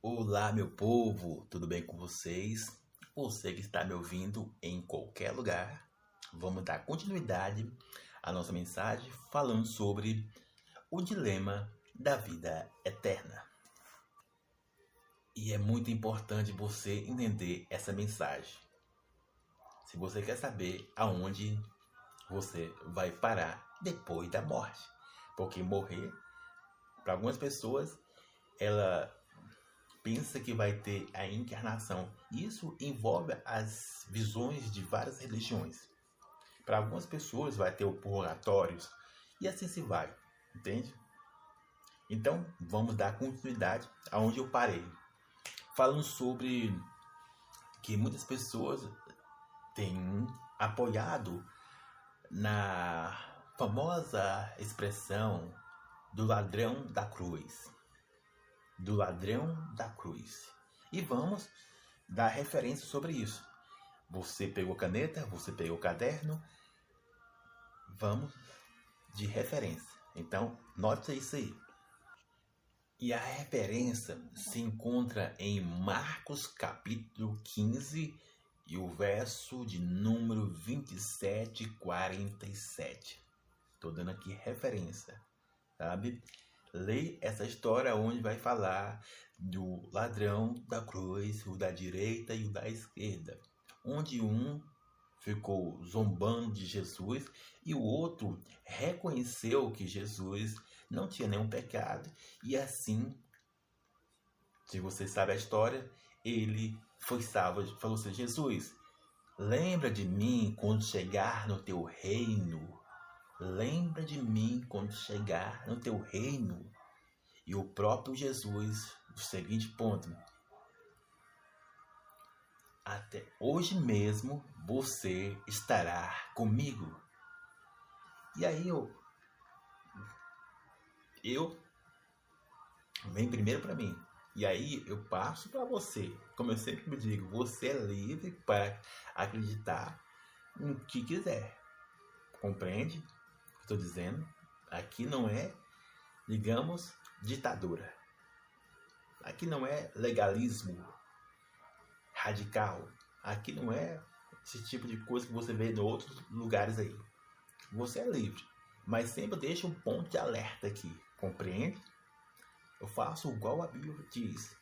Olá, meu povo, tudo bem com vocês? Você que está me ouvindo em qualquer lugar, vamos dar continuidade à nossa mensagem falando sobre o dilema da vida eterna. E é muito importante você entender essa mensagem. Se você quer saber aonde você vai parar depois da morte, porque morrer, para algumas pessoas, ela pensa que vai ter a encarnação. Isso envolve as visões de várias religiões. Para algumas pessoas vai ter o purgatório e assim se vai, entende? Então, vamos dar continuidade aonde eu parei. Falando sobre que muitas pessoas têm apoiado na famosa expressão do ladrão da cruz. Do ladrão da cruz. E vamos dar referência sobre isso. Você pegou caneta, você pegou caderno. Vamos de referência. Então, note isso aí. E a referência se encontra em Marcos capítulo 15 e o verso de número 27 e 47. Estou dando aqui referência, sabe? Lê essa história onde vai falar do ladrão da cruz, o da direita e o da esquerda. Onde um ficou zombando de Jesus e o outro reconheceu que Jesus não tinha nenhum pecado. E assim, se você sabe a história, ele foi salvo. Falou assim: Jesus, lembra de mim quando chegar no teu reino. Lembra de mim quando chegar no teu reino. E o próprio Jesus, o seguinte ponto: até hoje mesmo você estará comigo. E aí eu vem primeiro para mim. E aí eu passo para você. Como eu sempre me digo, você é livre para acreditar no que quiser. Compreende o que estou dizendo? Aqui não é, digamos, ditadura. Aqui não é legalismo radical. Aqui não é esse tipo de coisa que você vê em outros lugares aí. Você é livre, mas sempre deixa um ponto de alerta aqui. Compreende? Eu faço igual a Bíblia diz.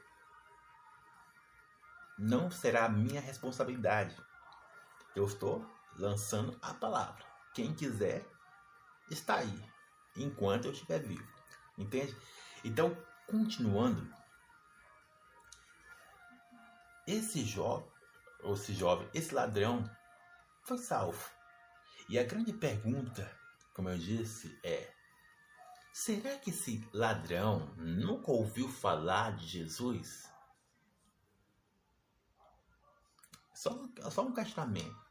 Não será minha responsabilidade. Eu estou lançando a palavra. Quem quiser está aí, enquanto eu estiver vivo. Entende? Então, continuando, esse jovem, esse ladrão foi salvo. E a grande pergunta, como eu disse, é: será que esse ladrão nunca ouviu falar de Jesus? Só um questionamento.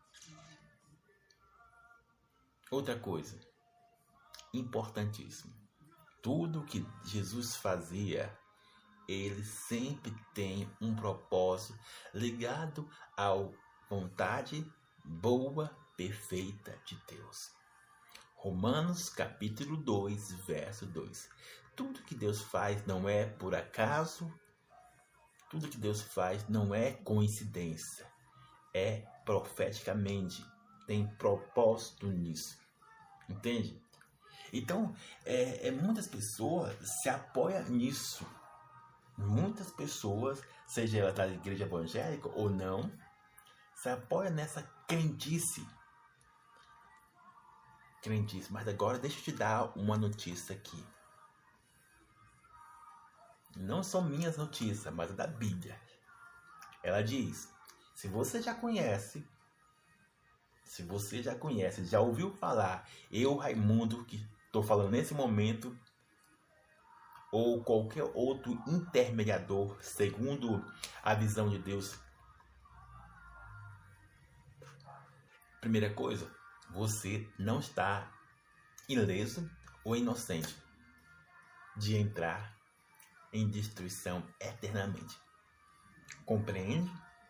Outra coisa importantíssima: tudo que Jesus fazia, ele sempre tem um propósito ligado à vontade boa, perfeita de Deus. Romanos capítulo 2, verso 2. Tudo que Deus faz não é por acaso, tudo que Deus faz não é coincidência, é profeticamente, tem propósito nisso. Entende? Então, muitas pessoas se apoiam nisso. Muitas pessoas, seja ela da igreja evangélica ou não, se apoiam nessa crendice. Mas agora deixa eu te dar uma notícia aqui. Não são minhas notícias, mas é da Bíblia. Ela diz: se você já conhece, já ouviu falar, eu, Raimundo, que estou falando nesse momento, ou qualquer outro intermediador, segundo a visão de Deus. Primeira coisa, você não está ileso ou inocente de entrar em destruição eternamente. Compreende?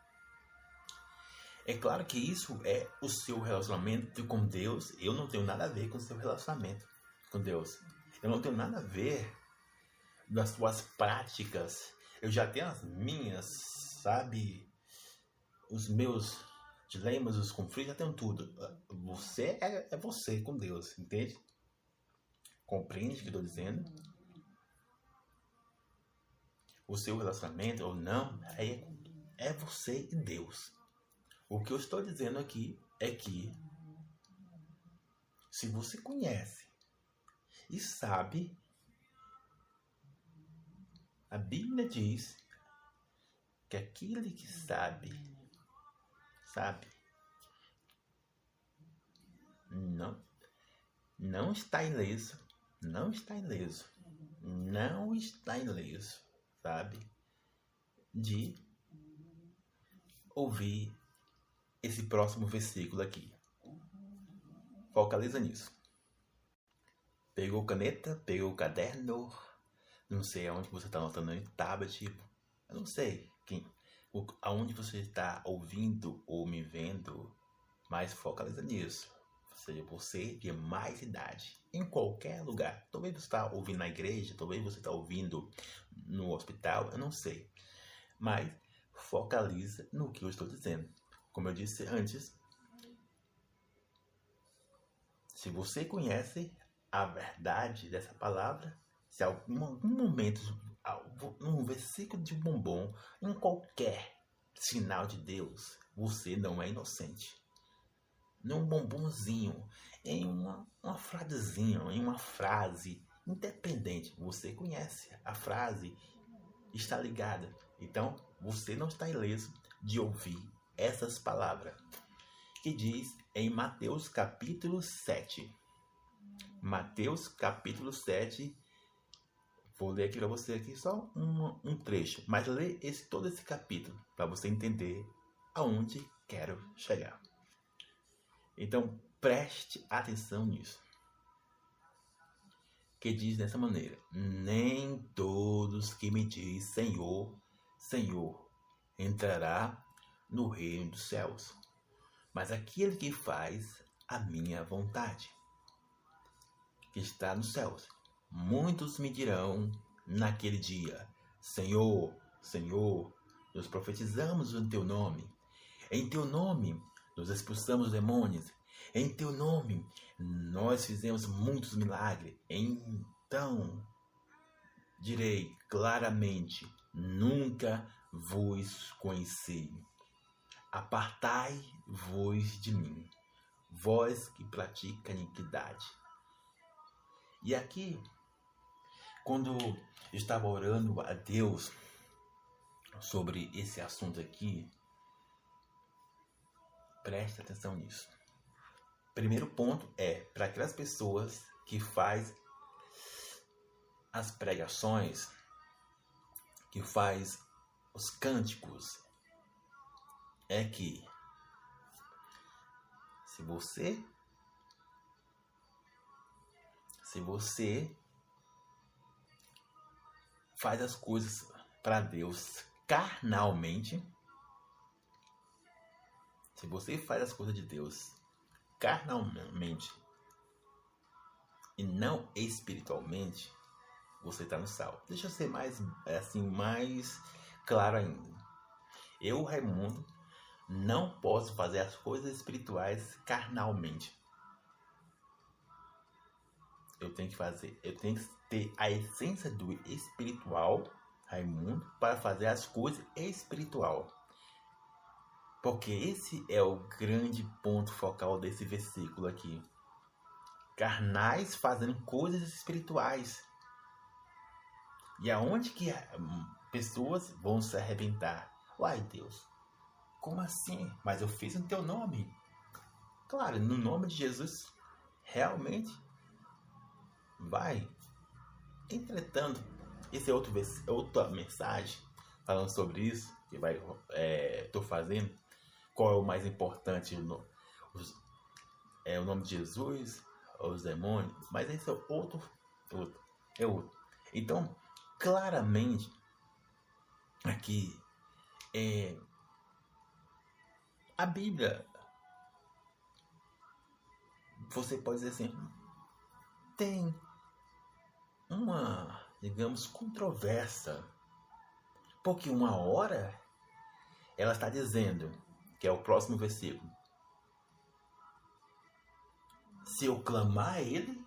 É claro que isso é o seu relacionamento com Deus. Eu não tenho nada a ver com o seu relacionamento com Deus. Eu não tenho nada a ver das suas práticas. Eu já tenho as minhas, sabe? Os meus dilemas, os conflitos, já tenho tudo. Você é você com Deus, entende? Compreende o que eu estou dizendo? O seu relacionamento ou não, é você e Deus. O que eu estou dizendo aqui é que se você conhece e sabe, a Bíblia diz que aquele que sabe, não está ileso, sabe? De ouvir esse próximo versículo aqui. Focaliza nisso. Pegou caneta, pegou caderno, não sei aonde você está anotando aí, tablet, eu não sei aonde você está ouvindo ou me vendo, mas focaliza nisso. Ou seja, você de mais idade, em qualquer lugar. Talvez você está ouvindo na igreja, talvez você está ouvindo no hospital, eu não sei. Mas focaliza no que eu estou dizendo. Como eu disse antes, se você conhece a verdade dessa palavra, se algum momento, num versículo de bombom, em qualquer sinal de Deus, você não é inocente. Num bombonzinho, em uma frasezinha, em uma frase independente, você conhece a frase, está ligada. Então, você não está ileso de ouvir essas palavras. Que diz em Mateus capítulo 7. Mateus capítulo 7. Vou ler aqui para você aqui só um trecho. Mas lê todo esse capítulo para você entender aonde quero chegar. Então, preste atenção nisso. Que diz dessa maneira: nem todos que me diz Senhor, Senhor, entrará no reino dos céus, mas aquele que faz a minha vontade, que está nos céus. Muitos me dirão naquele dia: Senhor, Senhor, nós profetizamos em teu nome. Em teu nome nós expulsamos demônios. Em teu nome nós fizemos muitos milagres. Então direi claramente: nunca vos conheci. Apartai-vos de mim, vós que pratica iniquidade. E aqui, quando eu estava orando a Deus sobre esse assunto aqui, preste atenção nisso. Primeiro ponto é para aquelas pessoas que faz as pregações, que faz os cânticos, é que se você faz as coisas para Deus carnalmente, se você faz as coisas de Deus carnalmente e não espiritualmente, você está no sal. Deixa eu ser mais claro ainda. Eu, Raimundo, não posso fazer as coisas espirituais carnalmente. Eu tenho que ter a essência do espiritual, Raimundo, para fazer as coisas espiritual. Porque esse é o grande ponto focal desse versículo aqui. Carnais fazendo coisas espirituais. E aonde que pessoas vão se arrebentar? Uai, Deus, como assim? Mas eu fiz no teu nome. Claro, no nome de Jesus, realmente vai. Entretanto, esse é outra mensagem falando sobre isso que estou fazendo. Qual é o mais importante? O nome de Jesus ou os demônios? Mas esse é outro. Então, claramente, aqui, a Bíblia, você pode dizer assim, tem uma, digamos, controvérsia Porque uma hora ela está dizendo, que é o próximo versículo, se eu clamar a Ele,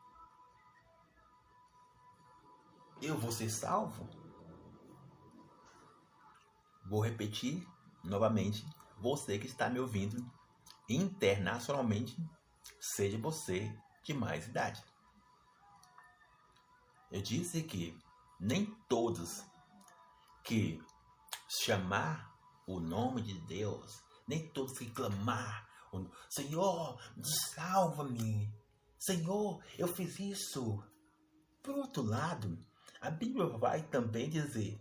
eu vou ser salvo. Vou repetir novamente, você que está me ouvindo internacionalmente, seja você de mais idade. Eu disse que nem todos que chamar o nome de Deus, nem todos que clamar, Senhor, salva-me, Senhor, eu fiz isso. Por outro lado, a Bíblia vai também dizer,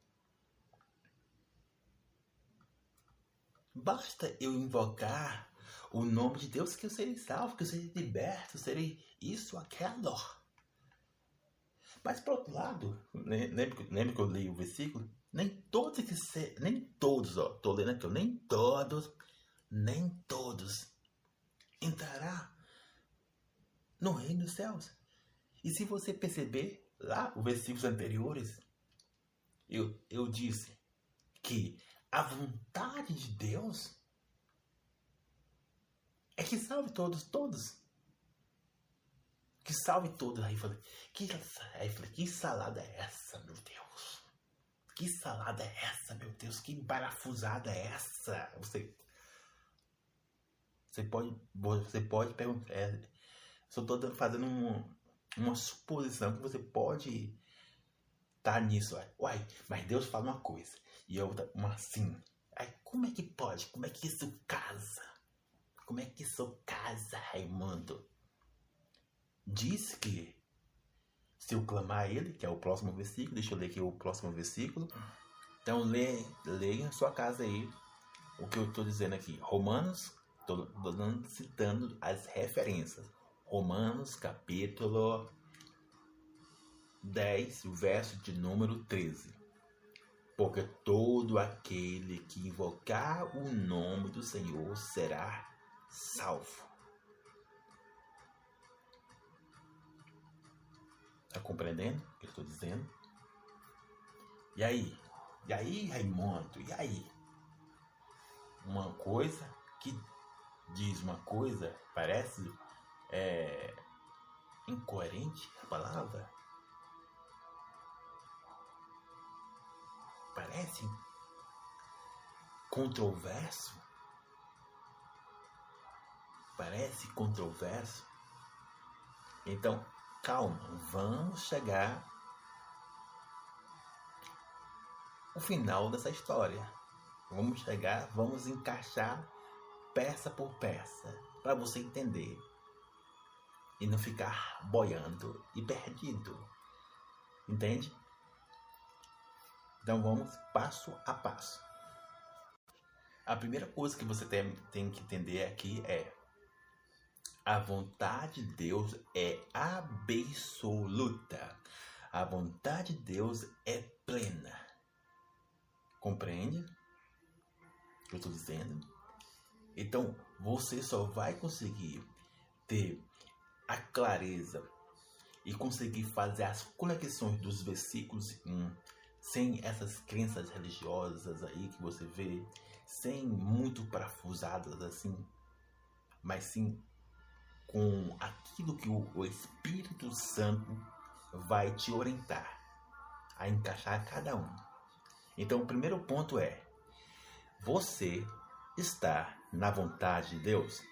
basta eu invocar o nome de Deus que eu serei salvo, que eu serei liberto, serei isso, aquilo. Mas por outro lado, lembra que eu li o versículo? Nem todos, tô lendo aqui, nem todos entrará no reino dos céus. E se você perceber lá, os versículos anteriores, eu disse que a vontade de Deus é que salve todos. Que salve todos. Aí eu falei, que salada é essa, meu Deus? Que salada é essa, meu Deus? Que emparafusada é essa? Você pode perguntar. Só estou fazendo uma suposição que você pode estar nisso. Uai, mas Deus fala uma coisa e outra uma assim. Aí, como é que pode? Como é que isso casa? Como é que isso casa, Raimundo? Diz que se eu clamar a Ele, que é o próximo versículo, deixa eu ler aqui o próximo versículo. Então leia em sua casa aí o que eu estou dizendo aqui. Romanos, estou citando as referências. Romanos capítulo 10, verso de número 13. Porque todo aquele que invocar o nome do Senhor será salvo. Está compreendendo o que eu estou dizendo? E aí? E aí, Raimundo? E aí? Uma coisa que diz uma coisa, parece incoerente a palavra? Parece controverso? Parece controverso? Então, calma, vamos chegar ao final dessa história. Vamos encaixar peça por peça, para você entender e não ficar boiando e perdido. Entende? Então vamos passo a passo. A primeira coisa que você tem que entender aqui é: a vontade de Deus é absoluta. A vontade de Deus é plena. Compreende o que eu estou dizendo? Então, você só vai conseguir ter a clareza e conseguir fazer as conexões dos versículos sem essas crenças religiosas aí que você vê, sem muito parafusadas assim, mas sim com aquilo que o Espírito Santo vai te orientar a encaixar cada um. Então, o primeiro ponto é: você está na vontade de Deus?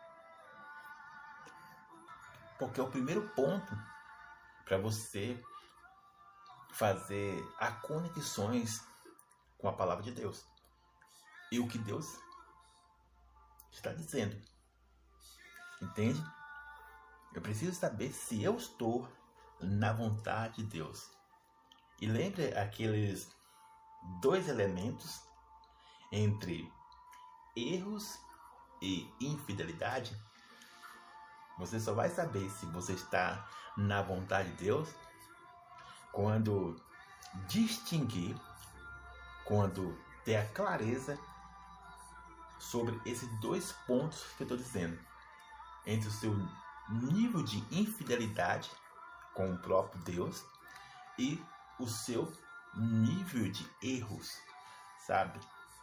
Porque é o primeiro ponto para você fazer as conexões com a palavra de Deus e o que Deus está dizendo. Entende? Eu preciso saber se eu estou na vontade de Deus. E lembre aqueles dois elementos entre erros e infidelidade. Você só vai saber se você está na vontade de Deus quando distinguir, quando ter a clareza sobre esses dois pontos que eu estou dizendo, entre o seu nível de infidelidade com o próprio Deus e o seu nível de erros, sabe?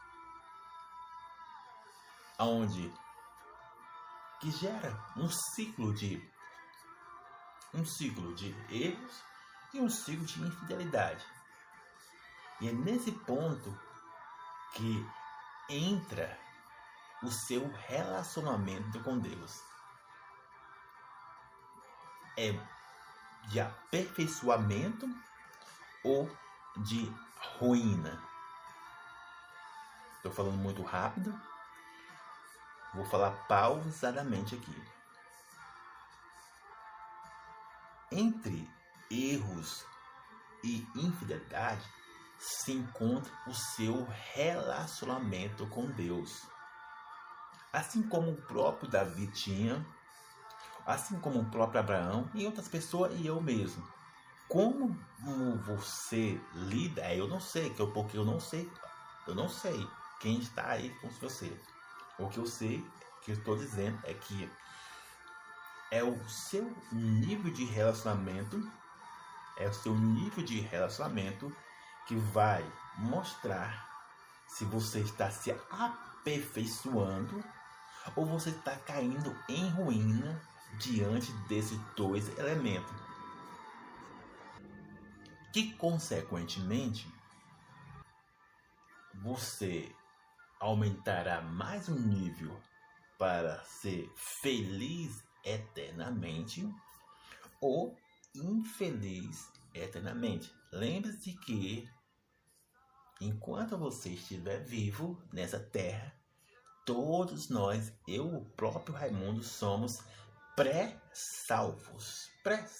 Onde que gera um ciclo de erros e um ciclo de infidelidade. E é nesse ponto que entra o seu relacionamento com Deus. É de aperfeiçoamento ou de ruína? Estou falando muito rápido. Vou falar pausadamente aqui. Entre erros e infidelidade se encontra o seu relacionamento com Deus. Assim como o próprio Davi tinha, assim como o próprio Abraão e outras pessoas e eu mesmo. Como você lida, eu não sei, porque eu não sei quem está aí com você. O que eu sei, que eu estou dizendo, é que é o seu nível de relacionamento, que vai mostrar se você está se aperfeiçoando ou você está caindo em ruína diante desses dois elementos. Que, consequentemente, você aumentará mais um nível para ser feliz eternamente ou infeliz eternamente. Lembre-se que enquanto você estiver vivo nessa terra, todos nós, eu, o próprio Raimundo, somos pré-salvos,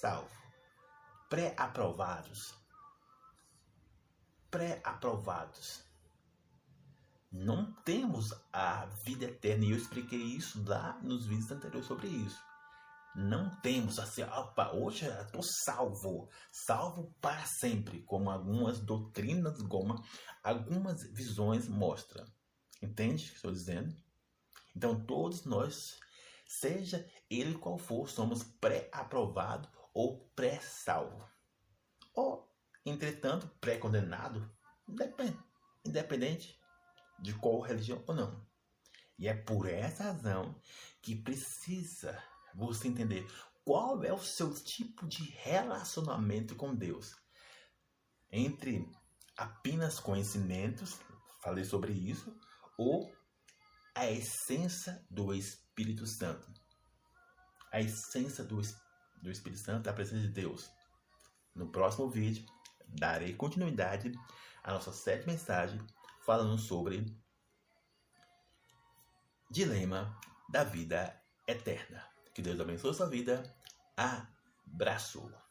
pré-aprovados. Não temos a vida eterna, e eu expliquei isso lá nos vídeos anteriores sobre isso. Não temos assim, opa, hoje eu estou salvo para sempre, como algumas doutrinas, como algumas visões mostram. Entende o que estou dizendo? Então todos nós, seja ele qual for, somos pré-aprovado ou pré-salvo. Ou, entretanto, pré-condenado, independente de qual religião ou não. E é por essa razão que precisa você entender qual é o seu tipo de relacionamento com Deus. Entre apenas conhecimentos, falei sobre isso, ou a essência do Espírito Santo. A essência do Espírito Santo é a presença de Deus. No próximo vídeo, darei continuidade à nossa 7ª mensagem, falando sobre dilema da vida eterna. Que Deus abençoe a sua vida. Abraço.